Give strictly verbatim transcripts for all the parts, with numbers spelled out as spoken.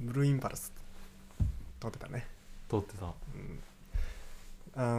ブルーインパルス撮ってたね。 撮ってた。 うん、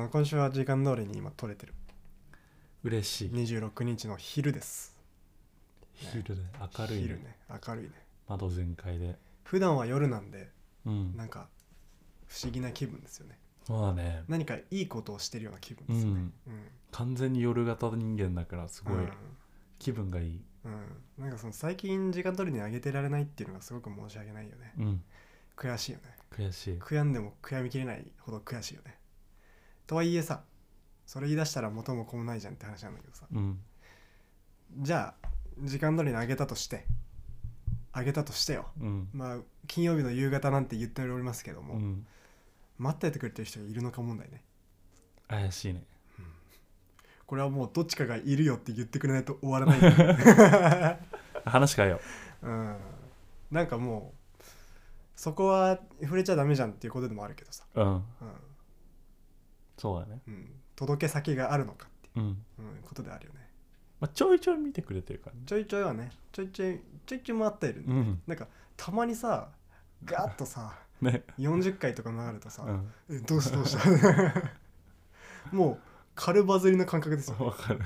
あ今週は時間通りに今撮れてる。 嬉しい。 にじゅうろくにちの昼です、 ね、昼で明るいね。 昼ね、明るいね。 窓全開で。 普段は夜なんで、 うん、 なんか不思議な気分ですよね。 そうだね。 何かいいことをしてるような気分ですよね。うんうん、 完全に夜型人間だからすごい気分がいい。 うんうん、なんかその最近時間通りに上げてられないっていうのがすごく申し訳ないよね。 うん、 悔しいよね。 悔しい。 悔やんでも悔やみきれないほど悔しいよね。とはいえさ、それ言い出したら元も子もないじゃんって話なんだけどさ、 うん、 じゃあ時間通りに上げたとして上げたとしてよ、 うん、 まあ金曜日の夕方なんて言っておりますけども、 うん、 待っててくれてる人がいるのか問題ね。 怪しいね。 これはもうどっちかがいるよって言ってくれないと終わらない話変えよう、うん、なんかもうそこは触れちゃダメじゃんっていうことでもあるけどさ、 う。うん、 うん、 そうだね、 うん、届け先があるのかっていう、 うんうん、ことであるよね。 まあ、ちょいちょい見てくれてるからね。 ちょいちょいはね、ちょいちょいちょいちょい回っているんで、 うん、 なんかたまにさガーッとさね、 よんじゅっかいとか流れたさ、 うん、 えどうしたどうしたもう軽バズりの感覚ですよ、ね、 わかる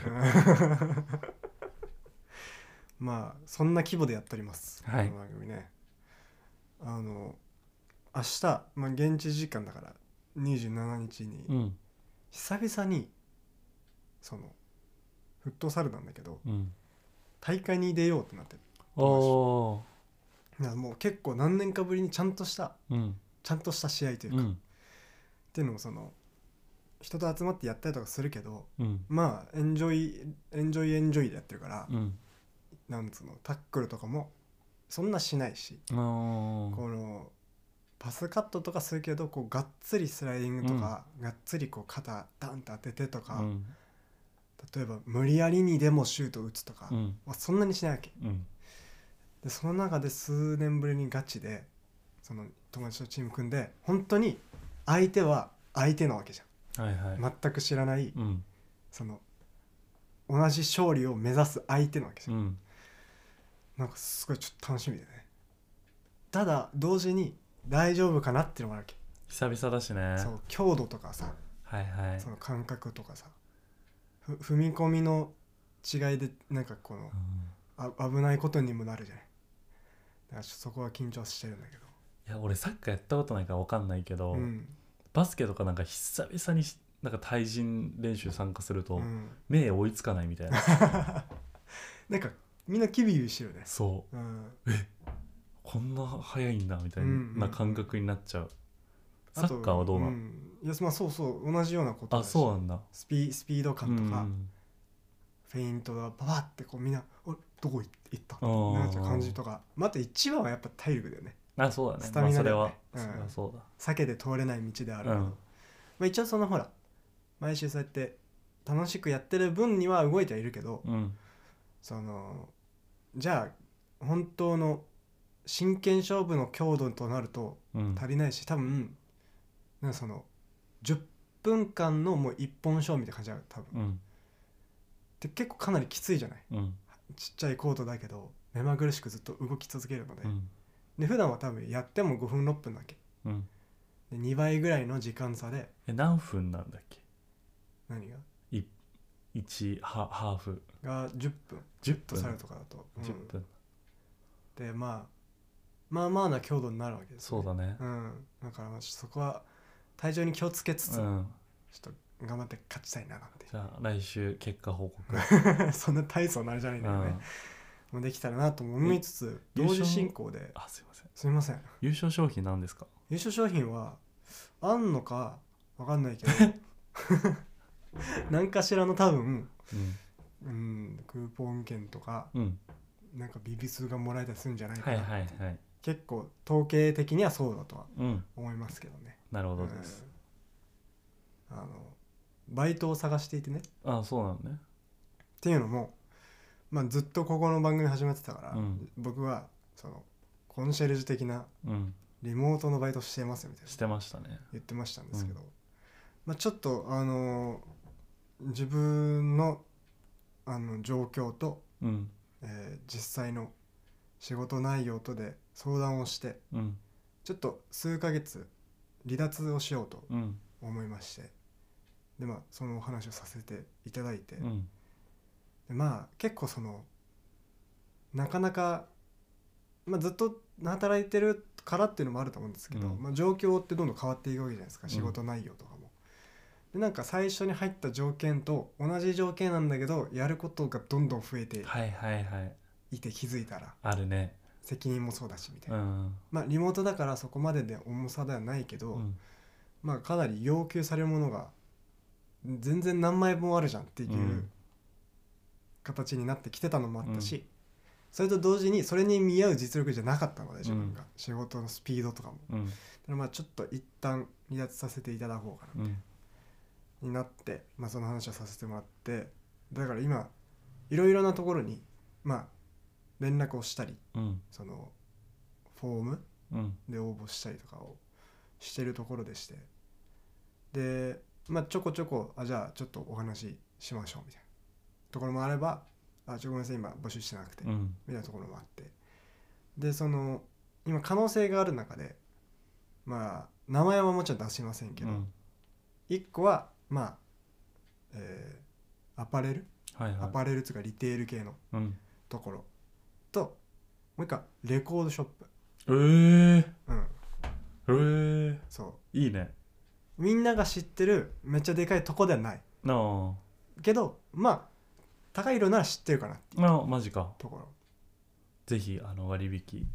まあそんな規模でやっております、 はい、 この番組ね。あの明日、まあ、現地時間だからにじゅうしちにちに、 うん、 久々にそのフットサルなんだけど、 うん、 大会に出ようってなってる。 おー、 だからもう結構何年かぶりにちゃんとしたうん、 ちゃんとした試合というか、 うん、 っていうのもその人と集まってやったりとかするけど、 うん、 まあエンジョイエンジョイエンジョイでやってるから、 うん、 なんつうのタックルとかもそんなしないし、 あー、 このパスカットとかするけどこうがっつりスライディングとか、がっつりこう肩ダンと当ててとか、 うん、 例えば無理やりにでもシュート打つとか、 うん、 まあ、そんなにしないわけうん、 で、その中で数年ぶりにガチでその友達とチーム組んで、本当に相手は相手なわけじゃん、 はいはい、 全く知らない、 うん、 その同じ勝利を目指す相手なわけじゃん、 うん、 なんかすごいちょっと楽しみでね。ただ同時に大丈夫かなっていうのもあるわけ。 久々だしね。 そう強度とかさ、 はいはい、 その感覚とかさ、ふ踏み込みの違いでなんかこの、 うん、 あ危ないことにもなるじゃない。だからそこは緊張してるんだけど。 いや俺サッカーやったことないから分かんないけど、 うん、 バスケとかなんか久々になんか対人練習参加すると、 うん、 目追いつかないみたいななんかみんなキビキビしてるね。 そう、 うん、 えこんな速いんだみたいうんうんうんな感覚になっちゃう。サッカーはどうなの？ うん、いやまあそうそう同じようなことだし、 あそうなんだ。 スピ、スピード感とか、 うん、 フェイントがパパってこうみんなあれどこ行ったあーなんて感じとか、また一番はやっぱ体力だよね。 あそうだね。 スタミナだよね、 まあ、それは、 うん、 それはそうだ。 避けて通れない道であるけど、 うん、 まあ、一応そのほら毎週そうやって楽しくやってる分には動いてはいるけど、 うん、 そのじゃあ本当の真剣勝負の強度となるとうん、 足りないし、多分なんかそのじゅっぷんかんのもう一本勝負みたいな感じだ多分、 うん、 で結構かなりきついじゃない。 うん、 ちっちゃいコートだけど目まぐるしくずっと動き続けるので、 うん、 で普段は多分やってもごふんろっぷんだけうん。 でにばいぐらいの時間差で。 え何分なんだっけ？ 何がいちハハーフがじゅっぷんじゅっぷんフットサルとかだと、うん、 じゅっぷん。 でまあまあまあな強度になるわけです、ね、 そうだね。 うんだからまあそこは体調に気をつけつつ、 うん、 ちょっと頑張って勝ちたいななんて。 じゃあ来週結果報告そんな大層なあれじゃないんだよね、もうできたらなと思いつつ、同時進行で。 あすいません。 すみません。 優勝商品なんですか？ 優勝商品はあんのかわかんないけど何かしらの多分、 うん、 うん、クーポン券とか、 うん、 なんかビビ数がもらえたりするんじゃないかな、 はいはいはい。 結構統計的にはそうだとはうん、 思いますけどね。 なるほどです。 うん、あのバイトを探していてね。 あそうなのね。 っていうのも、まあ、ずっとここの番組始まってたから、 うん、 僕はそのコンシェルジュ的なうんリモートのバイトしてますよみたいなしてましたね。 言ってましたんですけど、うんまあ、ちょっとあのー、自分のあの状況と、 うんえー、実際の仕事内容とで相談をして、 うんちょっと数ヶ月離脱をしようとうん思いまして、でまあそのお話をさせていただいて、 うんでまあ結構そのなかなか、まあ、ずっと働いてるからっていうのもあると思うんですけど、 うんまあ、状況ってどんどん変わっていくわけじゃないですか、 うん仕事内容とかも。でなんか最初に入った条件と同じ条件なんだけどやることがどんどん増えてはいはいはいいて、気づいたらあるね。 責任もそうだしみたいうな、 んまあリモートだからそこまでで重さではないけど、 うんまあかなり要求されるものが全然何枚もあるじゃんっていううん形になってきてたのもあったし、 うんそれと同時にそれに見合う実力じゃなかったので自分が、 うん仕事のスピードとかも、 うんだからまあちょっと一旦離脱させていただこうかなうんになって、まあ、その話をさせてもらって、だから今いろいろなところにまあ連絡をしたり、 うんそのフォームうんで応募したりとかをしてるところでして、でまあちょこちょこあじゃあちょっとお話ししましょうみたいなところもあれば、あちょごめんなさい今募集してなくて、 うんみたいなところもあって、でその今可能性がある中でまあ名前はもちろん出しませんけど、 うんいっこはまあ、えーアパレル、 はいはいアパレルつうかリテール系のうんところと、もう一個はレコードショップ。 えーうんえーそいいね。 うみんなが知ってるめっちゃでかいとこではないなあけど、まあ高い色なら知ってるかなっていうあマジか。 ところ。 ぜひあの割引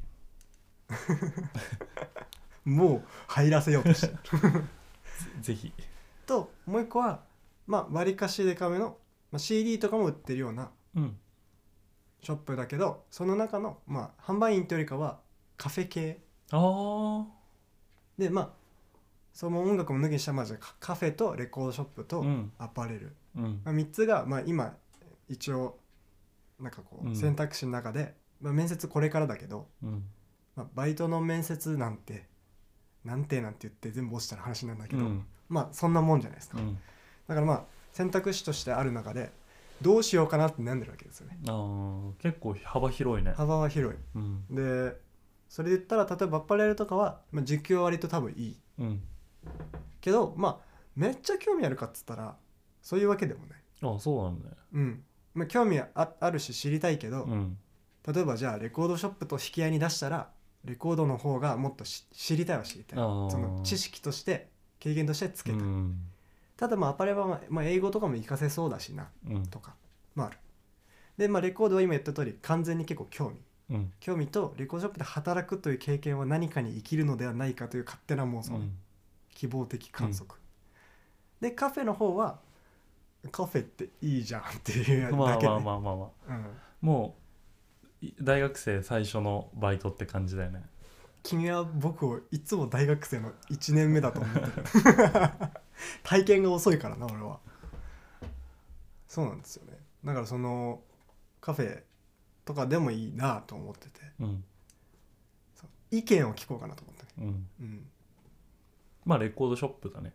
もう入らせようとしてるぜひ。 ともう一個はまあ割かしでかめの、まあ、シーディー とかも売ってるようなうんショップだけど、その中のまあ販売員というよりかはカフェ系ああで、まあその音楽も抜きにしたまずカカフェとレコードショップとうんアパレル、 うんまあ、みっつがまあ今一応なんかこうんう選択肢の中で、まあ、面接これからだけど、 うんまあ、バイトの面接なんてなんてなんて言って全部落ちたら話なんだけど、 うんまあそんなもんじゃないですか、 うんだからまあ選択肢としてある中でどうしようかなって悩んでるわけですよね。 あー結構幅広いね。 幅は広いうんで、それで言ったら例えばアパレルとかは、まあ、時給は割と多分いいうんけど、まあめっちゃ興味あるかっつったらそういうわけでもない。 あそうなんだよ。 うんまあ、興味は あ, あるし知りたいけど、 うん例えばじゃあレコードショップと引き合いに出したらレコードの方がもっとし知りたいは知りたい、 あーその知識として経験としてつけたい、 うんただまあアパレルは、まあまあ、英語とかも活かせそうだしなうんとかもある。でまあレコードは今言った通り完全に結構興味うん興味とレコードショップで働くという経験は何かに生きるのではないかという勝手な妄想、 うん希望的観測、でカフェの方はカフェっていいじゃんっていうまあだけで、 まあまあまあまあうん、 もうい大学生最初のバイトって感じだよね。 君は僕をいつも大学生のいちねんめだと思ってる体験が遅いからな俺は。そうなんですよね。だからそのカフェとかでもいいなと思ってて、 うんそう意見を聞こうかなと思ってね、 うんうんまあレコードショップだね。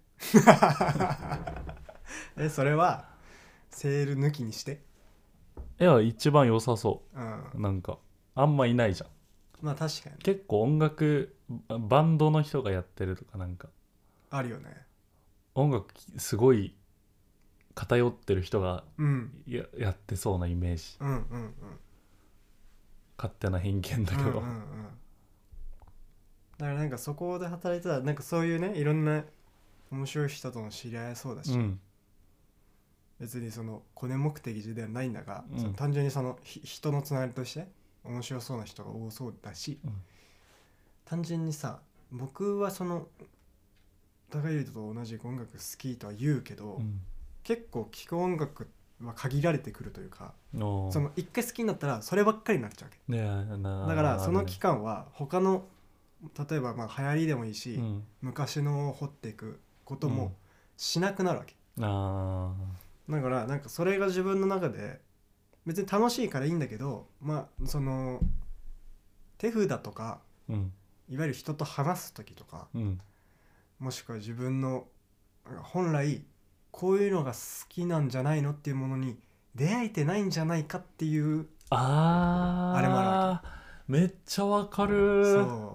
えそれはセール抜きにして、 いや一番良さそうんう。なんかあんまいないじゃん。 まあ確かに結構音楽ババンドの人がやってるとかなんかあるよね。 音楽すごい偏ってる人がうんややってそうなイメージ。 うんうんうん勝手な偏見だけど、 うんうんうんだからなんかそこで働いてたらなんかそういうねいろんな面白い人とも知り合えそうだし、 うん別にそのコネ目的ではないんだが、 うんその単純にそのひ人のつながりとして面白そうな人が多そうだし、 うん単純にさ僕はその高井と同じ音楽好きとは言うけど、 うん結構聴く音楽は限られてくるというか、 おーその一回好きになったらそればっかりになっちゃうわけねえなだからその期間、 間は他の例えばまあ流行りでもいいし、 うん、 昔のを掘っていくこともしなくなるわけ、 あだからなんかそれが自分の中で別に楽しいからいいんだけど、まあその手札とかーうんいわゆる人と話す時とか、 うんもしくは自分の本来こういうのが好きなんじゃないのっていうものに出会えてないんじゃないかっていう、 あーあれもあるわめっちゃわかる。 そ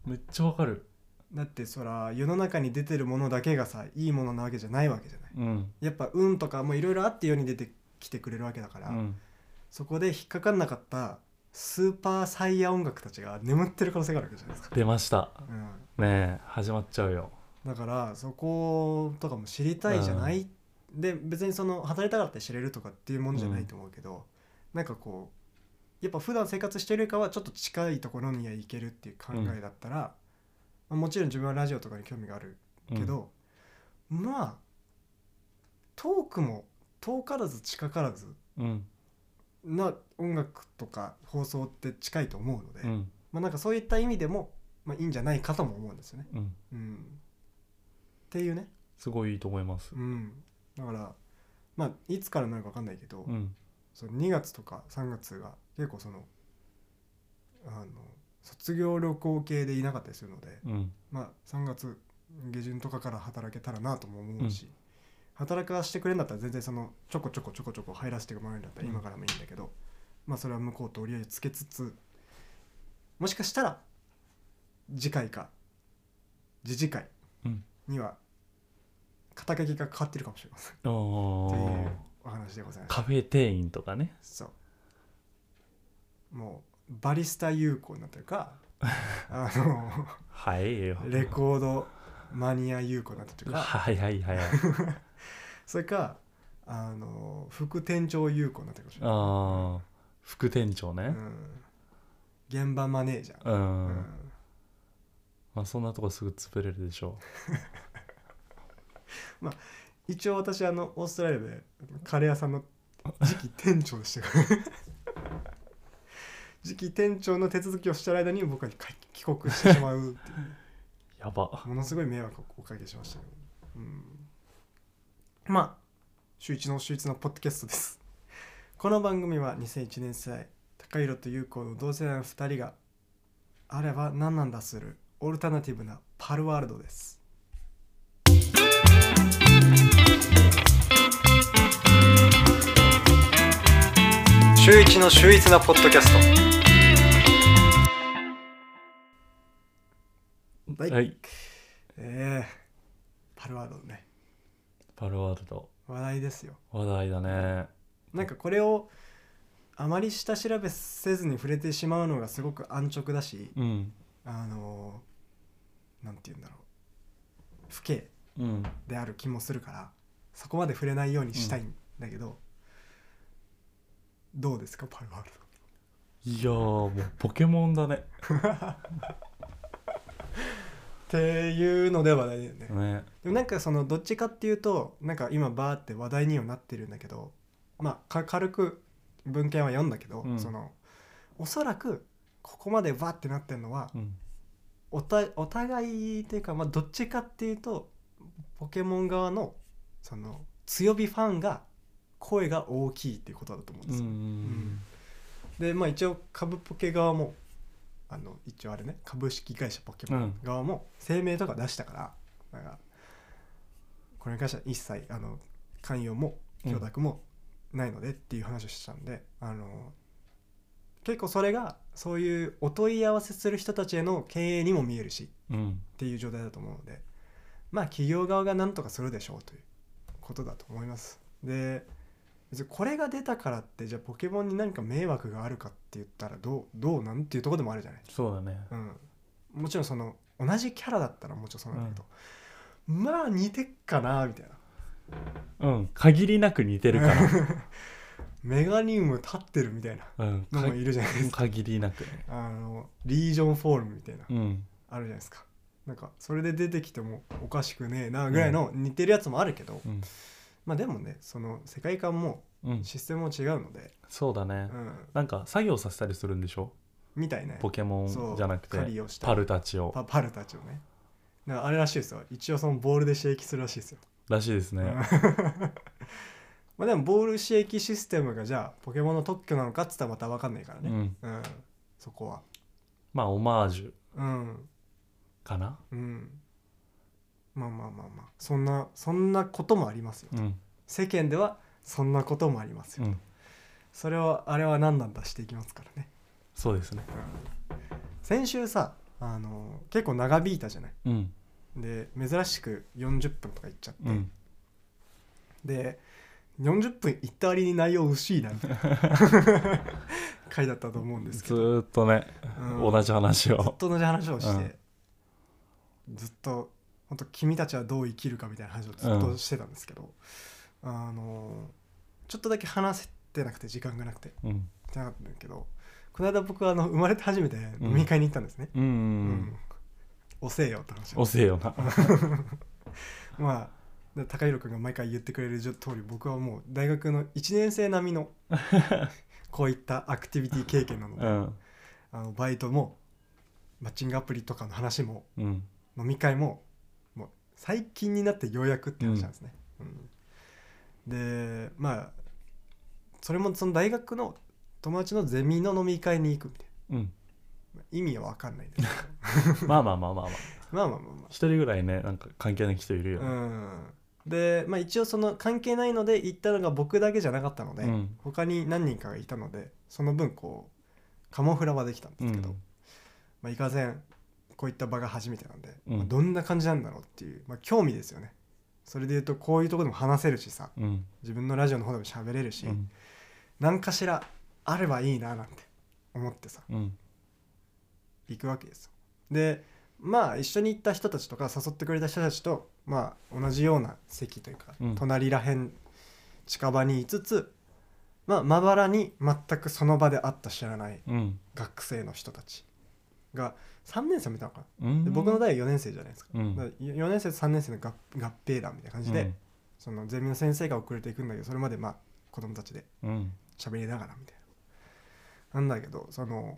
めっちゃわかる。 だってそら世の中に出てるものだけがさいいものなわけじゃないわけじゃない。 うんやっぱ運とかもいろいろあって世に出てきてくれるわけだから、 うん、 そこで引っかかんなかったスーパーサイヤ音楽たちが眠ってる可能性があるわけじゃないですか、 出ました。 うん、 ねえ始まっちゃうよ。 だからそことかも知りたいじゃない、うん、で別にその働いたからって知れるとかっていうもんじゃないと思うけど、うん、なんかこうやっぱ普段生活してるよりかはちょっと近いところには行けるっていう考えだったら、うんまあ、もちろん自分はラジオとかに興味があるけど、うん、まあ遠くも遠からず近からずな音楽とか放送って近いと思うので、うんまあ、なんかそういった意味でも、まあ、いいんじゃないかとも思うんですよね、 うんうん、っていうねすごいいいと思います、 うん、だからまあいつからなるか分かんないけど、 うん、 そのにがつとかさんがつが結構そのあの卒業旅行系でいなかったりするので、 うん、 まあさんがつ下旬とかから働けたらなとも思うし、うん、働かしてくれるんだったら全然そのちょこちょこちょこちょこ入らせてもらえるんだったら今からもいいんだけど、うん、まあそれは向こうと折り合いつけつつもしかしたら次回か次次回には肩書きが変わってるかもしれません、うん、というお話でございます。 カフェ店員とかね。 そうもうバリスタ有効になってるかあのはいレコードマニア有効になってるかはいはいはいそれかあの副店長有効になってるかもしれない。 ああ副店長ね、 うん、現場マネージャー、 うんうん、まあそんなとこすぐ潰れるでしょうまあ一応私あのオーストラリアでカレー屋さんの次期店長でしたから次期店長の手続きをしてる間に僕は帰国してしまうっていうやばものすごい迷惑をおかけしましたけど、うん、まあ週一の週一のポッドキャストです。この番組はにせんいちねん世代高弘と優子の同世代のふたりがあれば何なんだするオルタナティブなパルワールドです。週一の秀逸なポッドキャスト。はい、はい、えー、パルワールドね。 パルワールド話題ですよ。 話題だね。 なんかこれをあまり下調べせずに触れてしまうのがすごく安直だし、 うん、 あのなんて言うんだろう不敬である気もするから、うん、そこまで触れないようにしたいんだけど、うん、どうですかパルワールド。いやーもうポケモンだねっていうのではないよね。ねでもなんかそのどっちかっていうとなんか今バーって話題にはなってるんだけど、まあ軽く文献は読んだけど、うん、そのおそらくここまでバーってなってるのは、うん、お, たお互いっていうか、まあ、どっちかっていうとポケモン側のその強火ファンが声が大きいっていうことだと思うんですよ。うんうん、でまあ一応株ポケ側もあの一応あれね株式会社ポケモン側も声明とか出したから、うん、だからこれに関しては一切あの関与も許諾もないのでっていう話をしてたんで、うん、あの結構それがそういうお問い合わせする人たちへの経営にも見えるし、うん、っていう状態だと思うので、まあ企業側が何とかするでしょうということだと思います。で別にこれが出たからってじゃあポケモンに何か迷惑があるかって言ったらどうどうなんていうところでもあるじゃない。 そうだね、 うん、もちろんその同じキャラだったらもちろんそうなんだけど、うん、まあ似てっかなみたいな。 うん限りなく似てるからメガニウム立ってるみたいなのもいるじゃないですか、 うん、限りなくねあのリージョンフォールムみたいな、 うん、 あるじゃないですか。なんかそれで出てきてもおかしくねえなぐらいの似てるやつもあるけど、うん、まあでもねその世界観もシステムも違うので、うん、 そうだね、うん、なんか作業させたりするんでしょみたいね。 ポケモンじゃなくてパルたちをパ, パルたちをねだからあれらしいですよ。一応そのボールで刺激するらしいですよ。 らしいですねまあでもボール刺激システムがじゃあポケモンの特許なのかっつったらまた分かんないからね、うんうん、そこはまあオマージュ、 うん、 かな、 うん、まあまあまあまあそんなそんなこともありますよ、うん、世間ではそんなこともありますよ、うん、それはあれは何なんだしていきますからね。 そうですね、 うん、先週さあの結構長引いたじゃない。 うんで珍しくよんじゅっぷんとかいっちゃって、 うんでよんじゅっぷんいった割に内容薄いなみたいな回だったと思うんですけずど、 ーっとね、 うん、 同じ話ずっをと同じ話をして、うん、ずっと本当君たちはどう生きるかみたいな話をずっとしてたんですけど、うん、あのちょっとだけ話せてなくて時間がなくて、 うん、 じゃなかったんだけど、この間僕はあの生まれて初めて飲み会に行ったんですね、 うんうんうんうん遅えよって話。 遅えよなまあ高弘君が毎回言ってくれる通り、僕はもう大学のいちねん生並みのこういったアクティビティ経験なので、 うん、 あのバイトもマッチングアプリとかの話も、 うん、 飲み会ももう最近になってようやくって話なんですね、うんうん、でまあそれもその大学の友達のゼミの飲み会に行くみたいな、うん意味は分かんないですけどまあまあまあまあまあまあまあまあまあ一人ぐらいねなんか関係ない人いるよね、 うん、で、まあ、一応その関係ないので行ったのが僕だけじゃなかったので、うん、他に何人かがいたのでその分こうカモフラはできたんですけど、うんまあ、いかんせんこういった場が初めてなんで、うんまあ、どんな感じなんだろうっていう、まあ、興味ですよね。それでいうとこういうところでも話せるしさ、うん、自分のラジオの方でも喋れるし、うん、何かしらあればいいななんて思ってさ、うん行くわけですよ。でまあ一緒に行った人たちとか誘ってくれた人たちとまあ同じような席というか、うん、隣らへん近場にいつつまあまばらに全くその場で会った知らない学生の人たちがさんねん生もいたのかな、うん、で僕の代はよねん生じゃないですか、うん、だからよねん生とさんねん生の 合, 合併団みたいな感じで、うん、そのゼミの先生が遅れていくんだけどそれまでまあ子供たちで喋りながらみたいな、なんだけどその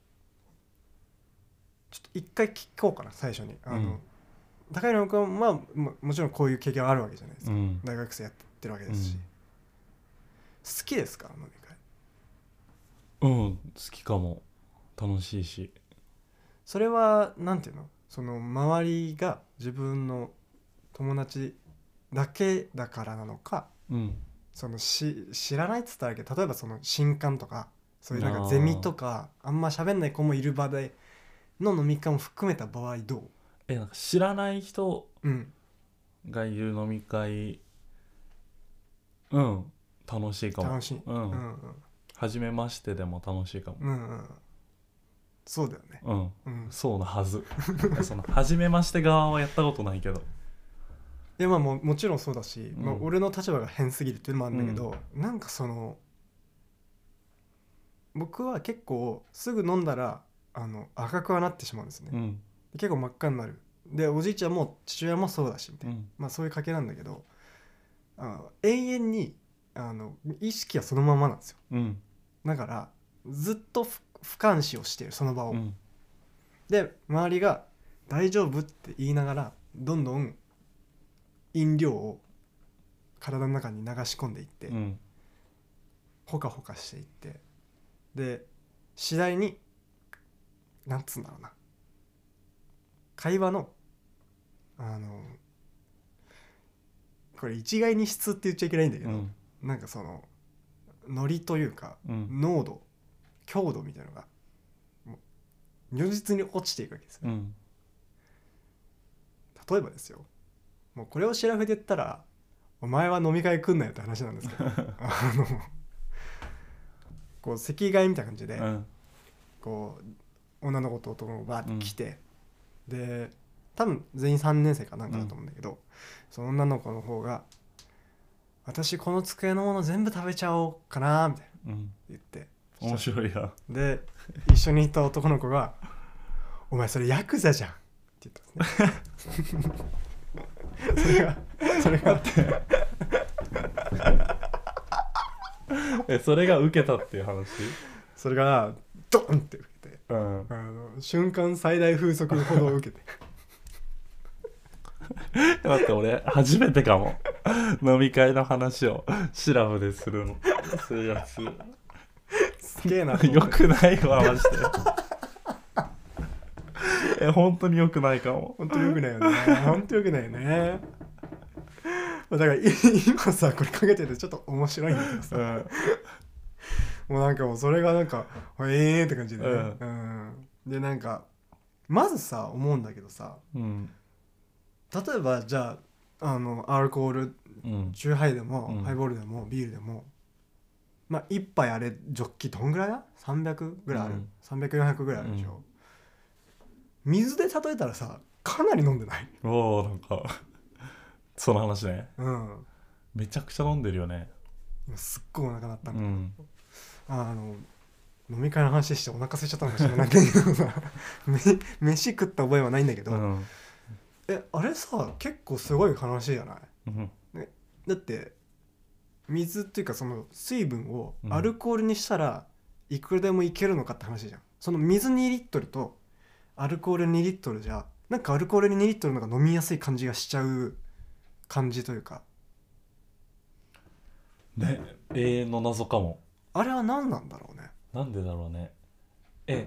ちょっと一回聞こうかな最初にあの、うん、高弘君は、まあ、もちろんこういう経験はあるわけじゃないですか、うん、大学生やってるわけですし、うん、好きですか飲み会。うん好きかも。楽しいし。 それはなんていうのその周りが自分の友達だけだからなのか、うん、そのし知らないっつったらけど例えばその新刊とかそういうなんかゼミとかあんま喋んない子もいる場での飲み会も含めた場合どう？ えなんか知らない人がいる飲み会、うん、うん、楽しいかも。 楽しい、 うんうん、初めましてでも楽しいかも。 うんうん、そうだよね。 うん、うん、そうなはず。その初めまして側はやったことないけど。 いやまあ も, もちろんそうだし、うんまあ、俺の立場が変すぎるっていうのもあるんだけど、うん、なんかその僕は結構すぐ飲んだらあの赤くはなってしまうんですね、うん、結構真っ赤になる。でおじいちゃんも父親もそうだしみたいな、うん、まあそういう家系なんだけどあの永遠にあの意識はそのままなんですよ、うん、だからずっと俯瞰視をしているその場を、うん、で周りが大丈夫って言いながらどんどん飲料を体の中に流し込んでいって、うん、ほかほかしていってで次第になんつうんだろうな会話のあのこれ一概に質って言っちゃいけないんだけど、うん、なんかそのノリというか、うん、濃度強度みたいなのがもう如実に落ちていくわけですよ、うん、例えばですよもうこれをシラフで言ったらお前は飲み会来んなよって話なんですけどあのこう席替えみたいな感じで、うん、こう女の子と男の子がバーって来て、うん、で多分全員さんねん生かなんかだと思うんだけど、うん、その女の子の方が私この机のもの全部食べちゃおうかなみたいな、うん、言って面白いやで一緒にいた男の子がお前それヤクザじゃんって言ったんですねそれがそれがってえそれが受けたっていう話。 それがドンって受けて、うん、あの瞬間最大風速ほど受けて待って俺初めてかも飲み会の話をシラフでするのするやつすげえなよくないわマジでえ本当によくないかも。 本当によくないよね本当によくないよねだから今さこれかけててちょっと面白いんだけどさ、うん、もうなんかもうそれがなんかええーって感じで、ねうんうん、でなんかまずさ思うんだけどさ、 うん、 例えばじゃああのアルコール、 うん、 チューハイでも、 うん、 ハイボールでもビールでも、まあ一杯あれジョッキどんぐらいださんびゃくぐらいある、うん、さんびゃく、よんひゃくぐらいあるでしょ、うん、水で例えたらさかなり飲んでない？ おお、なんかその話ね。 うん、 めちゃくちゃ飲んでるよね。 今すっごいお腹鳴ったんだ、 うん、 ああの飲み会の話してお腹空いちゃったのかもしれないけどさ飯食った覚えはないんだけど、うん、えあれさ結構すごい話じゃない、うんね、だって水っていうかその水分をアルコールにしたらいくらでもいけるのかって話じゃん。その水にリットルとアルコールにリットルじゃなんかアルコールにリットルの方が飲みやすい感じがしちゃう感じというかね、永遠の謎かも。 あれは何なんだろうね。 なんでだろうね。え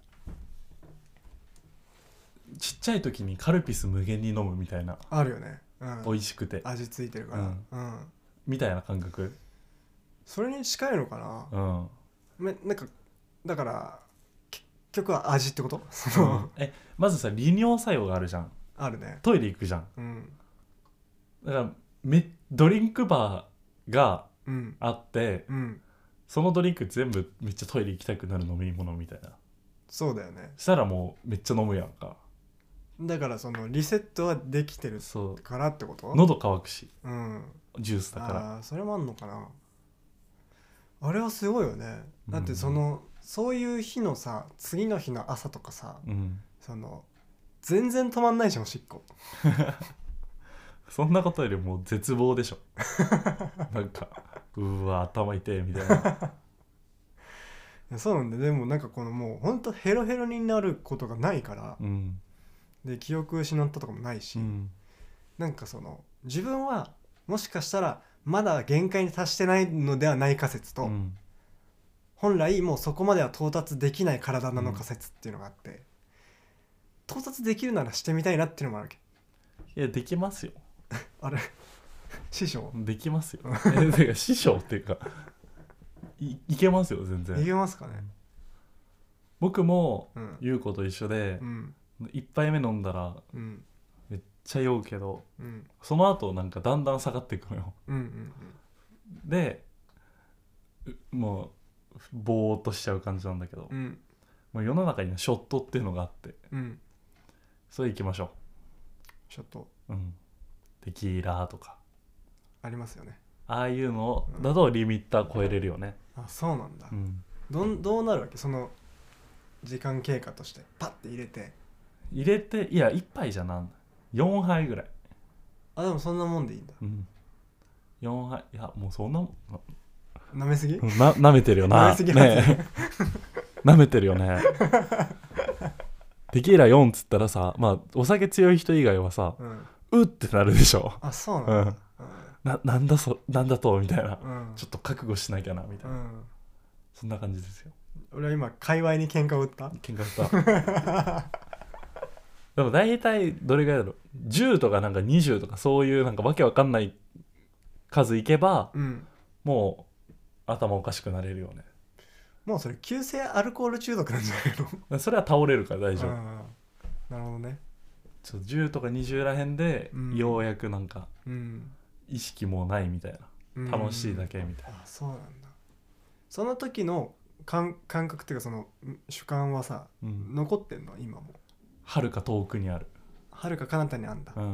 ちっちゃい時にカルピス無限に飲むみたいな。 あるよね、うん、 美味しくて味ついてるから、うんうん、 みたいな感覚。 それに近いのかな、うん、なんかだから結局は味ってこと、うん、 えまずさ利尿作用があるじゃん。 あるね。 トイレ行くじゃん、うん、だからめドリンクバーがあって、うんうん、そのドリンク全部めっちゃトイレ行きたくなる飲み物みたいな。 そうだよね。 したらもうめっちゃ飲むやんか。 だからそのリセットはできてるからってこと？ 喉乾くし、 うん、 ジュースだから。 あそれもあんのかな。あれはすごいよね。だってその、うん、そういう日のさ次の日の朝とかさ、うん、その全然止まんないじゃんおしっこそんなことよりもう絶望でしょなんかうわ頭痛いみたいなそうなんで、でもなんかこのもうほんとヘロヘロになることがないから、うん、で記憶失ったとかもないし、うん、なんかその自分はもしかしたらまだ限界に達してないのではないか説と、うん、本来もうそこまでは到達できない体なのか説っていうのがあって、うん、到達できるならしてみたいなっていうのもあるわけ。 いやできますよあれ師匠できますよえてか師匠っていうか い, いけますよ全然。 いけますかね。 僕も優子と一緒で、うん、いっぱいめ飲んだら、うん、めっちゃ酔うけど、うん、その後なんかだんだん下がっていくのよ、うんうんうん、でもうぼーっとしちゃう感じなんだけど、うん、もう世の中にはショットっていうのがあって、うん、それ行きましょう。 ショット、 うん、テキーラとかありますよね。 ああいうのだとリミッター超えれるよね、 うん、あそうなんだ、うん、ど, どうなるわけその時間経過として。パッて入れて入れていやいっぱいじゃなんよんはいぐらい。 あでもそんなもんでいいんだ、うん、 よんはいいやもうそんなもんなめすぎななめてるよななめすぎねなめてるよねテキーラよんっつったらさまあお酒強い人以外はさ、うん、うってなるでしょ。 あそうなんだ、うんな, なんだそなんだとみたいな、うん、ちょっと覚悟しなきゃなみたいな、うん、そんな感じですよ。 俺は今界隈に喧嘩を打った喧嘩打ったでも大体どれぐらいだろうじゅうとかなんかにじゅうとかそういうなんかわけわかんない数いけば、うん、もう頭おかしくなれるよね。 もうそれ急性アルコール中毒なんじゃないのそれは倒れるから大丈夫。 なるほどね。 ちょじゅうとかにじゅうらへんで、うん、ようやくなんか、うん、意識もないみたいな、うん、楽しいだけみたいな。 あそうなんだ。その時の感, 感覚っていうかその主観はさ、うん、残ってんの今も。 はるか遠くにある。 はるか彼方にあんだ、うんうん、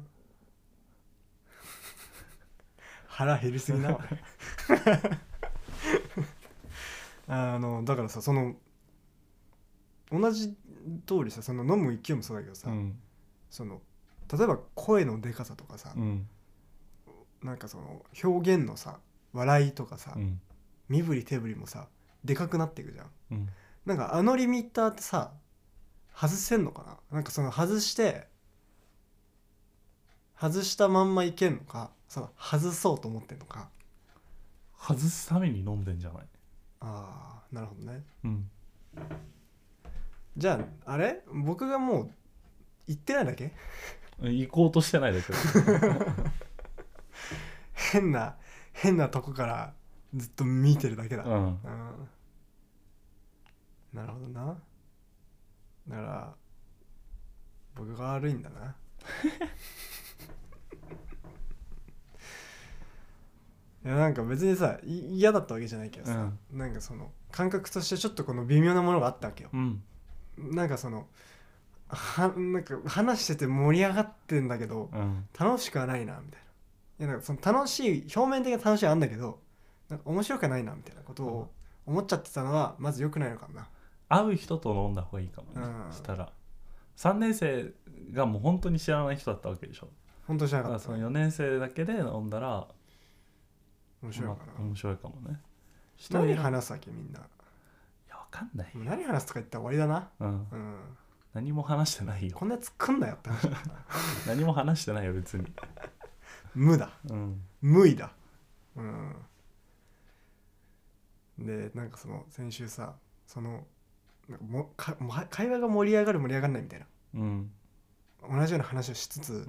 腹減りすぎなあのだからさその同じ通りさその飲む勢いもそうだけどさ、うん、その例えば声のでかさとかさ、うん、なんかその表現のさ笑いとかさ、うん、身振り手振りもさでかくなっていくじゃん、うん、なんかあのリミッターってさ外せんのかな。なんかその外して外したまんまいけんのかその外そうと思ってんのか。 外すために飲んでんじゃない。 ああなるほどね、うん、じゃああれ僕がもう言ってないだけ行こうとしてないだけ変な変なとこからずっと見てるだけだ、うんうん、なるほどな。だから僕が悪いんだないやなんか別にさ嫌だったわけじゃないけどさ、うん、なんかその感覚としてちょっとこの微妙なものがあったわけよ、うん、なんかそのはなんか話してて盛り上がってんだけど、うん、楽しくはないなみたいな。いやなんかその楽しい表面的な楽しいはあるんだけどなんか面白くないなみたいなことを思っちゃってたのはまず良くないのかな。 会う人と飲んだ方がいいかもね、うん、したらさんねん生がもう本当に知らない人だったわけでしょ。 本当知らなかった、 だからそのよねん生だけで飲んだら面白いかな、 ま、面白いかもね。 何話すわけみんな。いやわかんない。 何話すとか言ったら終わりだな。うん、うん、 何も話してないよ。 こんなやつ来んなよって話だな何も話してないよ別に。 無だ、うん、無意だ。うんでなんかその先週さそのなんかもか会話が盛り上がる盛り上がらないみたいな、うん、同じような話をしつつ、うん、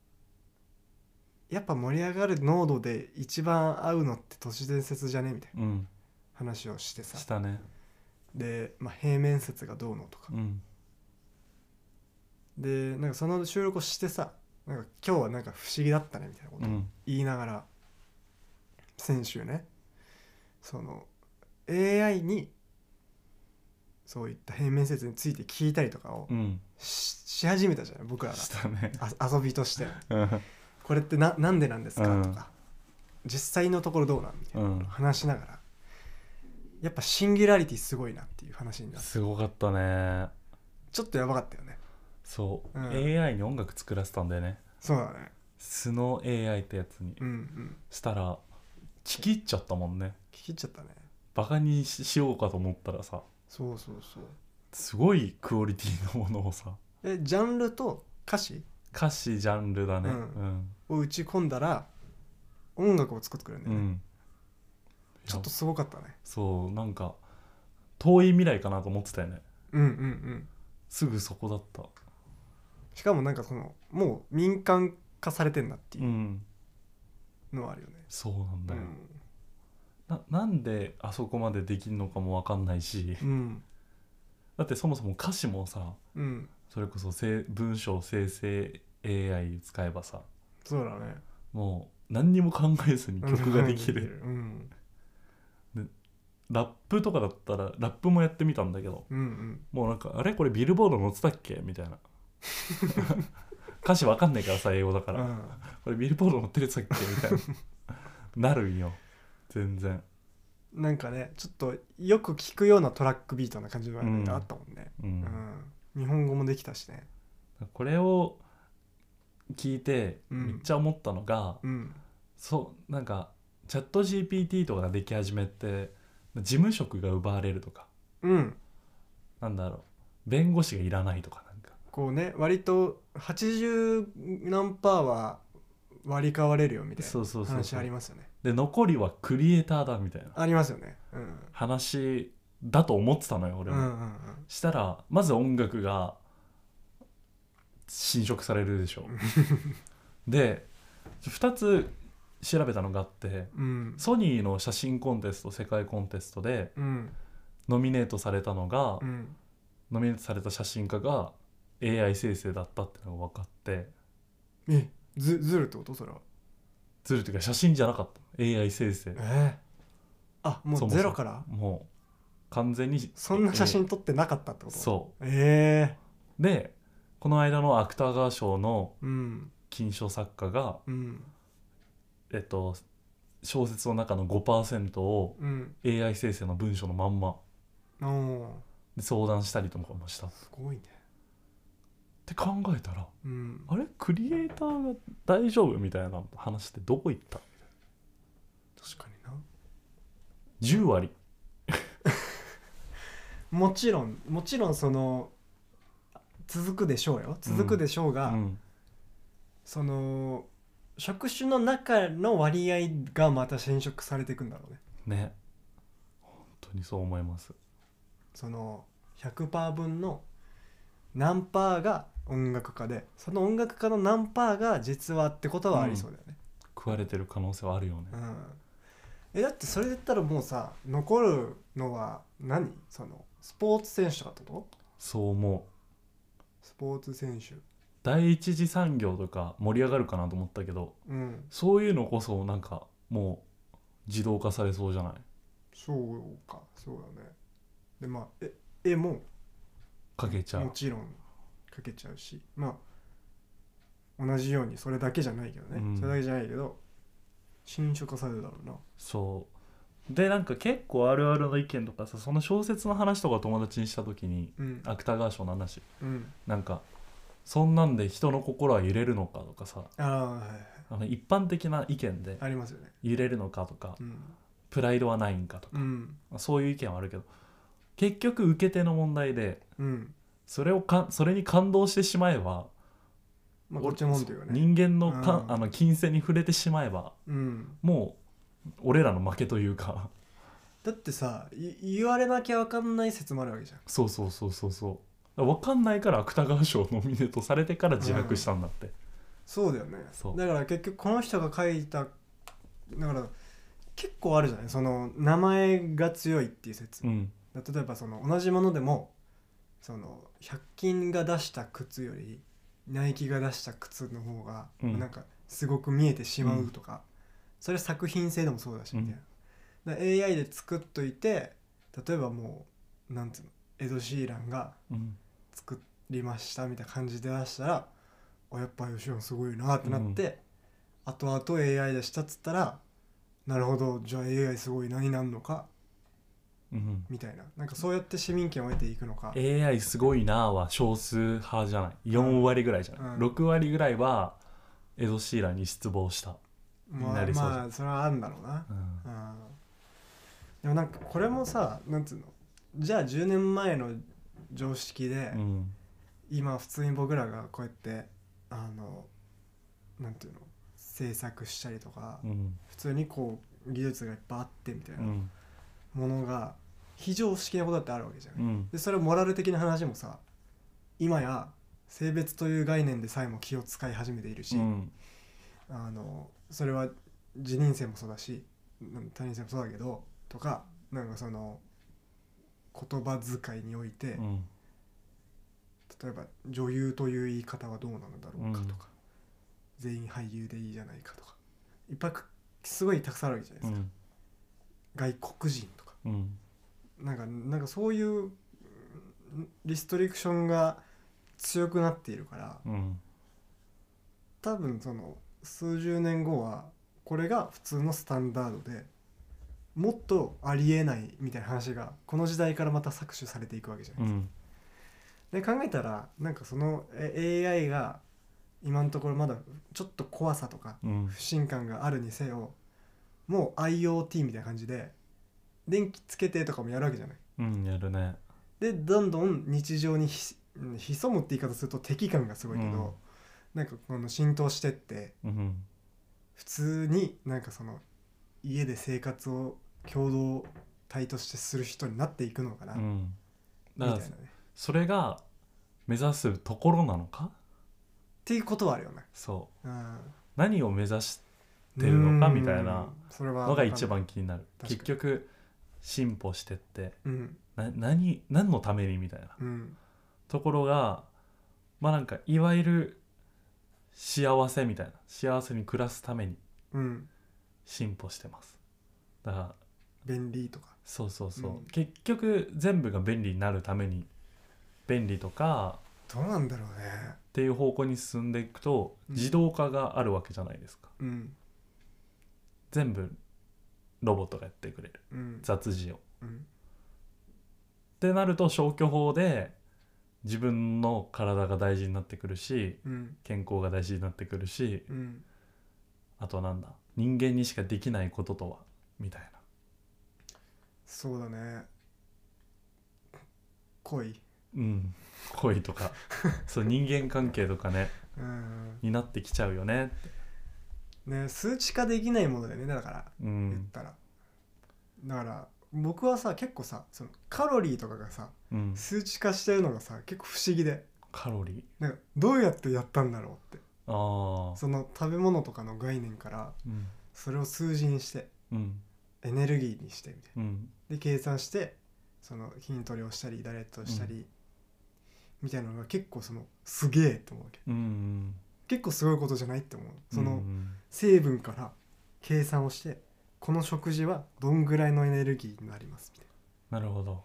やっぱ盛り上がる濃度で一番合うのって都市伝説じゃねみたいな話をしてさ、 したね。 で、まあ、平面説がどうのとか、うん、でなんかその収録をしてさなんか今日はなんか不思議だったねみたいなことを言いながら、うん、先週ねその エーアイ にそういった平面説について聞いたりとかを し,、うん、し始めたじゃない僕らがしたね、 遊びとしてこれって な, なんでなんですか、うん、とか実際のところどうなんみたいなことを話しながら、うん、やっぱシンギュラリティすごいなっていう話になってすごかったね。 ちょっとやばかったよね。 そう、うん、エーアイ に音楽作らせたんだよね。 そうだね。 素の エーアイ ってやつに、うんうん、したら聞き入っちゃったもんね。 聞き入っちゃったね。 バカに し, しようかと思ったらさそうそうそうすごいクオリティのものをさえジャンルと歌詞歌詞ジャンルだね、 うんうん、を打ち込んだら音楽を作ってくれるんだよね、うん、ちょっとすごかったね。 そうなんか遠い未来かなと思ってたよね。 うんうんうんすぐそこだった。 しかもなんかそのもう民間化されてんなっていうのはあるよね、うん、 そうなんだよ、うん、な, なんであそこまでできるのかも分かんないし、うん、だってそもそも歌詞もさ、うん、それこそ文章生成 エーアイ 使えばさそうだねもう何にも考えずに曲ができる、うん、でラップとかだったらラップもやってみたんだけど、うんうん、もうなんかあれこれビルボード載ってたっけみたいな歌詞わかんないからさ英語だから、うん、これビルボード載ってるやつだっけみたいななるんよ全然。 なんかねちょっとよく聞くようなトラックビートな感じのがあったもんね、うんうんうん、日本語もできたしね。 これを聞いてめっちゃ思ったのが、うん、そうなんかチャット ジーピーティー とかができ始めて事務職が奪われるとか、うん、なんだろう弁護士がいらないとかなんかこうね割とはちじゅうなんパーは割り替われるよみたいな話ありますよね。 で残りはクリエイターだみたいなありますよね、うん、 話だと思ってたのよ俺も、うんうんうん、したらまず音楽が侵食されるでしょでふたつ調べたのがあって、うん、ソニーの写真コンテスト世界コンテストで、うん、ノミネートされたのが、うん、ノミネートされた写真家が エーアイ 生成だったってのが分かって。 えず, ずるってことそれは。 ずるっていうか写真じゃなかった エーアイ 生成。 えー、あもうゼロからもう完全にそんな写真撮ってなかったってこと。 そうえー、でこの間の芥川賞の金賞作家が、うん、えっと小説の中の ごパーセント を エーアイ 生成の文章のまんま、うん、で相談したりとかもした。 すごいねって考えたら、うん、あれクリエイターが大丈夫みたいな話ってどこ行ったみたいな。 確かになじゅう割もちろんもちろんその続くでしょうよ続くでしょうが、うんうん、その職種の中の割合がまた侵食されていくんだろうね。 ね本当にそう思います。 その ひゃくパーセント 分の何パーが音楽家でその音楽家の何パーが実話ってことはありそうだよね、 うん、食われてる可能性はあるよね、 うん、えだってそれで言ったらもうさ残るのは何そのスポーツ選手とかってこと？ そう思う。 スポーツ選手第一次産業とか盛り上がるかなと思ったけど、うん、そういうのこそなんかもう自動化されそうじゃない？ そうか、そうだね。でまあえ絵も描けちゃう、 もちろん描けちゃうし、まあ同じようにそれだけじゃないけどね、うん、それだけじゃないけど新書化されるだろうな。 そうで、なんか結構あるあるの意見とかさ、その小説の話とか友達にした時に、うん、芥川賞の話、うん、なんかそんなんで人の心は揺れるのかとかさ、あ、はいはい、あの一般的な意見でありますよね、 揺れるのかとか、うん、プライドはないんかとか、うん、そういう意見はあるけど、結局受け手の問題で、うん、それをかそれに感動してしまえば、 まあ、こっちのもんというかね、 人間のか、うん、あの金銭に触れてしまえば、うん、もう俺らの負けというか。 だってさ、言われなきゃ分かんない説もあるわけじゃん。 そうそうそうそうそう、分かんないから芥川賞ノミネートされてから自白したんだって、うん、 そうだよね。だから結局この人が書いた、だから結構あるじゃない、その名前が強いっていう説、うん、例えばその同じものでもそのひゃく均が出した靴よりナイキが出した靴の方がなんかすごく見えてしまうとか、うん、それは作品性でもそうだしみたいな、うん、だ エーアイ で作っといて、例えばもうなんつうの、エド・シーランが作りましたみたいな感じで出したら、うん、あやっぱ吉野すごいなってなって、うん、後々 エーアイ でしたっつったら、なるほど、じゃあ エーアイ すごい何になるのか、うん、みたいな、なんかそうやって市民権を得ていくのか。 エーアイ すごいなは少数派じゃない、よんわりぐらいじゃない、うん、ろくわりぐらいはエド・シーランに失望したになりそうじゃん。まあそれはあるんだろうな、うんうん、でもなんかこれもさ、なんつうの、じゃあじゅうねんまえの常識で、うん、今普通に僕らがこうやってあのなんていうの制作したりとか、うん、普通にこう技術がいっぱいあってみたいなものが非常識なことだってあるわけじゃない、うん、でそれはモラル的な話もさ、今や性別という概念でさえも気を使い始めているし、うん、あのそれは自認性もそうだし他人性もそうだけどとか、なんかその言葉遣いにおいて、うん、例えば女優という言い方はどうなのだろうかとか、うん、全員俳優でいいじゃないかとか、いっぱいすごいたくさんあるわけじゃないですか、うん、外国人とか、うん、なんかなんかそういうリストリクションが強くなっているから、うん、多分その数十年後はこれが普通のスタンダードで、もっとありえないみたいな話がこの時代からまた搾取されていくわけじゃないですか、うん、で考えたらなんかその エーアイ が今のところまだちょっと怖さとか不信感があるにせよ、うん、もう IoT みたいな感じで電気つけてとかもやるわけじゃない。 うん、やるね。 でどんどん日常にひ潜むって言い方すると敵感がすごいけど、うん、なんかこの浸透してって、うん、普通になんかその家で生活を共同体としてする人になっていくのかな、うん、 だからみたいなね。それが目指すところなのかっていうことはあるよね。 そう、うん、何を目指してるのかみたいなのが一番気になる。結局進歩してって、うん、な 何, 何のためにみたいな、うん、ところがまあなんかいわゆる幸せみたいな、幸せに暮らすために進歩してます。だから便利とか、 そうそうそう、うん、結局全部が便利になるために便利とかどうなんだろうねっていう方向に進んでいくと自動化があるわけじゃないですか、うん、全部ロボットがやってくれる、うん、雑事を、うん、ってなると消去法で自分の体が大事になってくるし、うん、健康が大事になってくるし、うん、あとなんだ人間にしかできないこととはみたいな。 そうだね、恋、 うん、恋とかそう人間関係とかね、うん、になってきちゃうよねね。数値化できないものだよね、だから、うん、言ったらだから僕はさ結構さそのカロリーとかがさ、うん、数値化してるのがさ結構不思議で、 カロリーなんかどうやってやったんだろうって、あその食べ物とかの概念からそれを数字にして、うん、エネルギーにしてみたいな、うん、で計算してその筋トレをしたりダイエットをしたり、 みたいなのが結構そのすげえって思うわけ、 うん、 結構すごいことじゃないって思う。その、 うん、 成分から計算をしてこの食事はどんぐらいのエネルギーになりますみたいな。なるほど。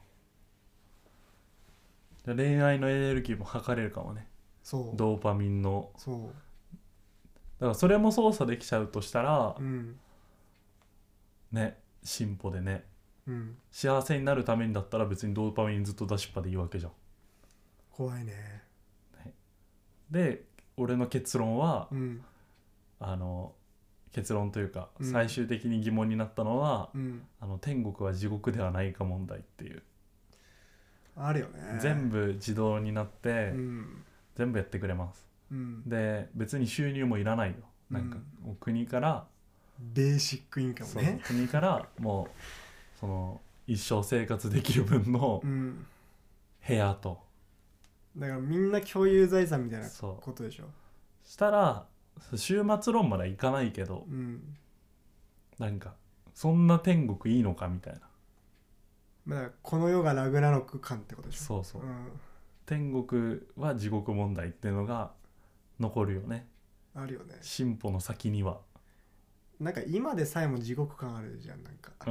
じゃあ恋愛のエネルギーも測れるかもね。 そうドーパミンの。 そうだからそれも操作できちゃうとしたら、 うん、 ね、進歩でね、 うん、 幸せになるためにだったら別にドーパミンずっと出しっぱでいいわけじゃん。 怖いね。 で俺の結論は、 うん、 あの結論というか、 うん、 最終的に疑問になったのは、 うん、 あの天国は地獄ではないか問題っていう。 あるよね。 全部自動になって、 うん、 全部やってくれます、 うん、 で別に収入もいらないよ。なんか、もう国からベーシックインカムね。 国からもうその一生生活できる分の部屋と、 うん、だからみんな共有財産みたいなことでしょ。 したら終末論まではいかないけど、 うん、 なんかそんな天国いいのかみたいな。 まあ、この世がラグナロク感ってことでしょ。 そうそう、 うん、 天国は地獄問題っていうのが残るよね。 あるよね。 進歩の先にはなんか今でさえも地獄感あるじゃん。なんかうん、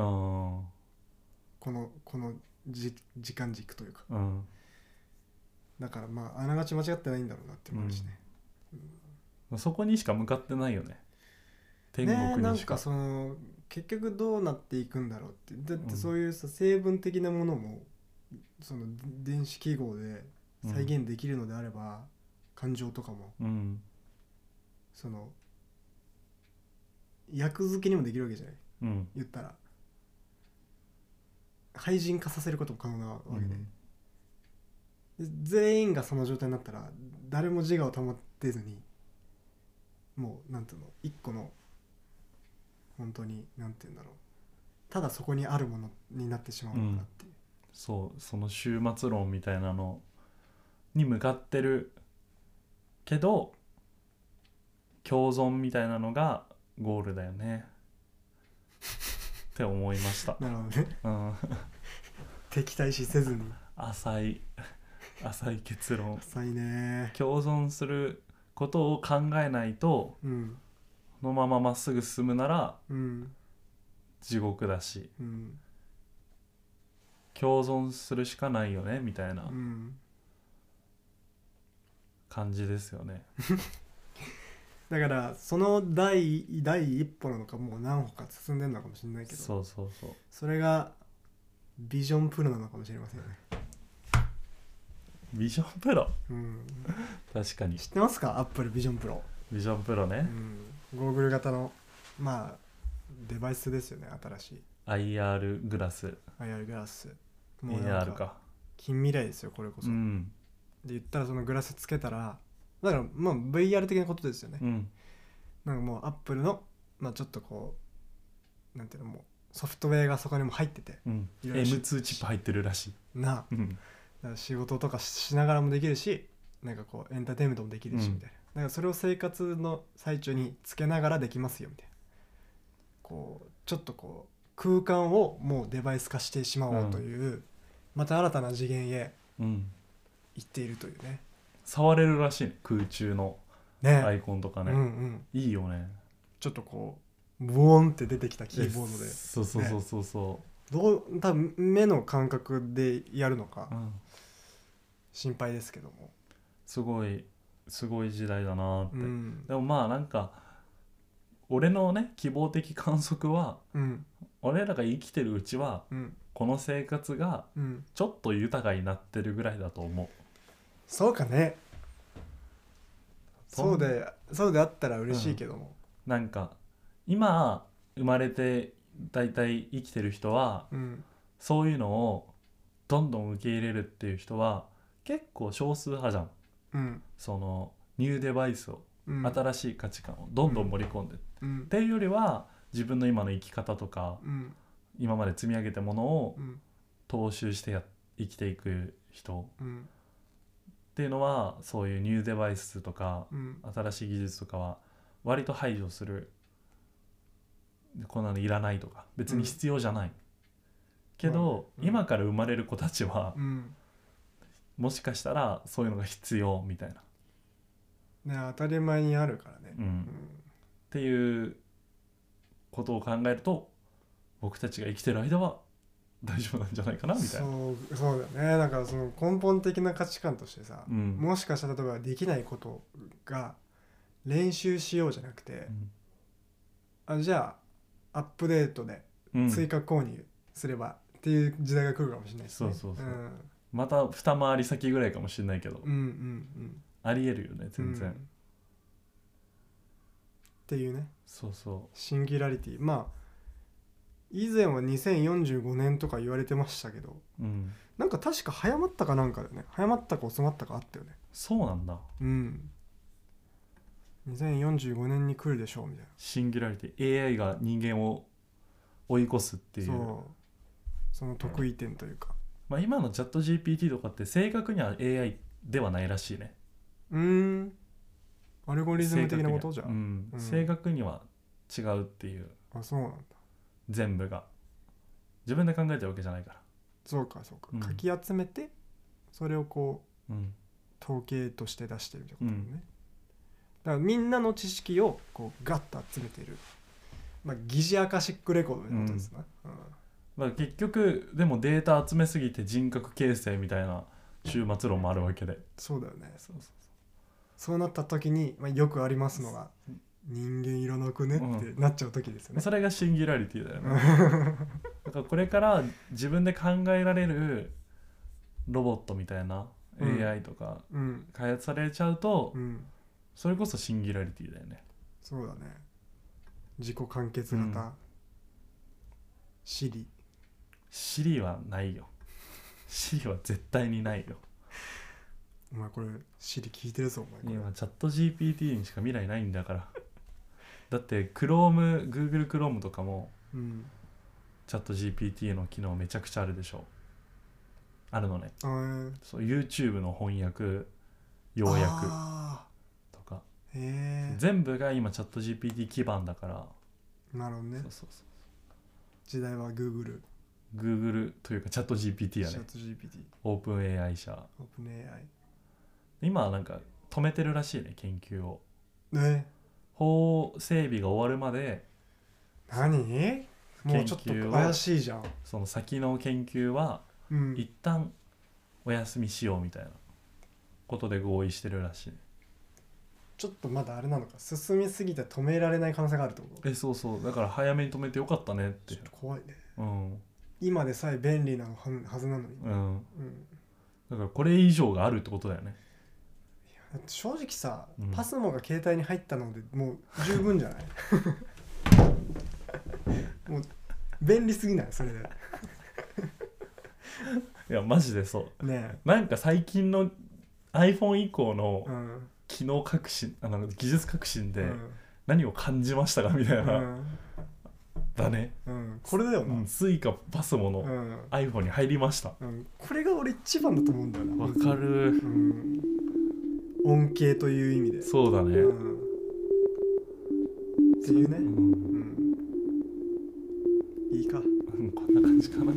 このこのじ時間軸というか、 うん、 だからまああながち間違ってないんだろうなって思うしね、 うん、そこにしか向かってないよね、天国にしか。 ね、なんかその結局どうなっていくんだろうって。だってそういうさ、成分的なものもその電子記号で再現できるのであれば、うん、感情とかも、 うん、 その役付けにもできるわけじゃない、 うん、 言ったら廃人化させることも可能なわけで、うん、で全員がその状態になったら誰も自我を保てずに、もうなんていうの、一個の本当になんていうんだろう、ただそこにあるものになってしまうのかなっていう、うん、 そうその終末論みたいなのに向かってるけど共存みたいなのがゴールだよねって思いました。 なるほどね、うん、敵対視せずに浅い浅い結論。 浅いね。 共存することを考えないと、うん、このまままっすぐ進むなら、うん、地獄だし、うん、共存するしかないよねみたいな感じですよね、うん、 だからその第第一歩なのか、もう何歩か進んでるのかもしれないけど、 そうそうそう、 それがビジョンプロなのかもしれませんよね。 ビジョンプロ、 うん、 確かに。 知ってますか、アップルビジョンプロ。 ビジョンプロね、 うん、ゴーグル型のまあデバイスですよね、新しいアイアール グラスアイアール グラス、 もうなんか エーアール か近未来ですよこれこそ、うん、で言ったらそのグラスつけたら、だからまあ ブイアール 的なことですよね、うん、なんかもうアップルのまあちょっとこうなんていうの、もうソフトウェアがそこにも入ってて、うん、 エムツー チップ入ってるらしいなあ、うん、だから仕事とかしながらもできるし、なんかこうエンターテインメントもできるしみたいな、だからそれを生活の最中につけながらできますよみたいな、こうちょっとこう空間をもうデバイス化してしまおうという、うん、また新たな次元へ行っているというね、 触れるらしいね、空中のアイコンとかね、うんうん、いいよね。 ちょっとこうボーンって出てきたキーボードで、 そうそうそうそうそう、 ね、どう多分目の感覚でやるのか、うん、心配ですけども、 すごいすごい時代だなって、うん、でもまあなんか俺のね希望的観測は、うん、俺らが生きてるうちは、うん、この生活がちょっと豊かになってるぐらいだと思う、うん、 そうかね、そうでそうであったら嬉しいけども、 うん、なんか今生まれてだいたい生きてる人は、うん、そういうのをどんどん受け入れるっていう人は結構少数派じゃん、うん、そのニューデバイスを、うん、新しい価値観をどんどん盛り込んで、うん、っていうよりは自分の今の生き方とか、うん、今まで積み上げたものを踏襲してや生きていく人、うん、っていうのはそういうニューデバイスとか、うん、新しい技術とかは割と排除する、こんなのいらないとか別に必要じゃない、うん、けど、うん、今から生まれる子たちは、うん、 もしかしたらそういうのが必要みたいな、ね、当たり前にあるからね、 うんうん、っていうことを考えると僕たちが生きてる間は大丈夫なんじゃないかなみたいな。 そうそうだね。だからその根本的な価値観としてさ、うん、もしかしたら例えばできないことが練習しようじゃなくて、うん、あじゃあアップデートで追加購入すればっていう時代が来るかもしれないですね。 そうそうそう、うん、また二回り先ぐらいかもしれないけど、うんうんうん、ありえるよね全然、うん、 っていうね。 そうそう、 シンギュラリティ、まあ以前はにせんよんじゅうごねんとか言われてましたけど、うん、なんか確か早まったかなんかだよね。早まったか遅まったかあったよね。 そうなんだ。 うん。にせんよんじゅうごねんに来るでしょうみたいな。 シンギュラリティ エーアイ が人間を追い越すっていう、 そうその得意点というか、 まあ、今のチャット ジーピーティー とかって正確には エーアイ ではないらしいね。 うーんアルゴリズム的なことじゃ、 うんうん、正確には違うっていう。 あそうなんだ。 全部が自分で考えてるわけじゃないから。 そうかそうか、うん、かき集めてそれをこう、うん、統計として出してるってことだよね、うん、だからみんなの知識をこうガッと集めている、まあ、疑似アカシックレコードのことですね、うんうん、 まあ、結局でもデータ集めすぎて人格形成みたいな終末論もあるわけで。 そうだよね。そうそうそう。そうなった時に、まあ、よくありますのが人間いらなくねってなっちゃう時ですよね、うん、 それがシンギュラリティだよねだからこれから自分で考えられるロボットみたいな エーアイ とか開発されちゃうと、うん、それこそシンギュラリティだよね。 そうだね。自己完結型、うん、シリシリはないよ。シリは絶対にないよ。 お前これシリ聞いてるぞお前。 今チャット ジーピーティー にしか未来ないんだからだって Chrome、Google Chrome とかも、うん、チャット ジーピーティー の機能めちゃくちゃあるでしょ。あるのね。そう YouTube の翻訳要約とかへ全部が今チャット ジーピーティー 基盤だから。 なるほどね。そうそうそう。時代は Google Google というかチャット ジーピーティー やね。 チャット ジーピーティーオープン エーアイ 社。 オープン エーアイ今はなんか止めてるらしいね研究を。 ね。 法整備が終わるまで。 何？もうちょっと怪しいじゃん。 その先の研究は、うん、一旦お休みしようみたいなことで合意してるらしい。 ちょっとまだあれなのか、進みすぎて止められない可能性があるってこと？ え、そうそう。だから早めに止めてよかったねって。 ちょっと怖いね。 うん。 今でさえ便利なのはずなのに。うん。うん、 だからこれ以上があるってことだよね。 いやだって正直さ、うん、パスモが携帯に入ったのでもう十分じゃない？もう便利すぎないそれで。 いやマジでそう。ね。なんか最近の iPhone 以降の、うん機能革新、あの技術革新で何を感じましたかみたいな、うん、だね、 うん、これだよな、うん、 スイカパスモの iPhone に入りました、 うん、これが俺一番だと思うんだよな。 わかる、うん、 恩恵という意味で。 そうだね、うん、 っていうね、うんうん、いいか、 うん、こんな感じかな、うん、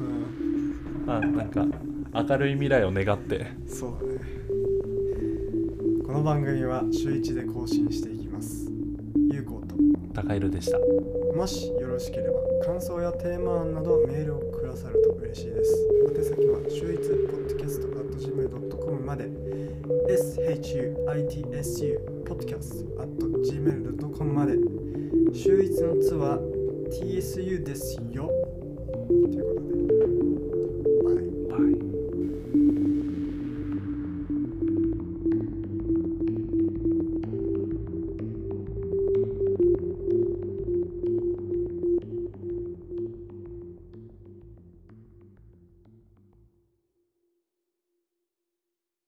あ、なんか明るい未来を願って。 そうだね。この番組は週いちで更新していきます。ゆうこうと高いるでした。 もしよろしければ感想やテーマ案などメールをくださると嬉しいです。宛先は週一ポッドキャスト アットジーメールドットコム まで エスエイチユーアイティーエスユー ポッドキャスト アットジーメールドットコム まで。週一のつは ティーエスユー ですよということでバイバイ。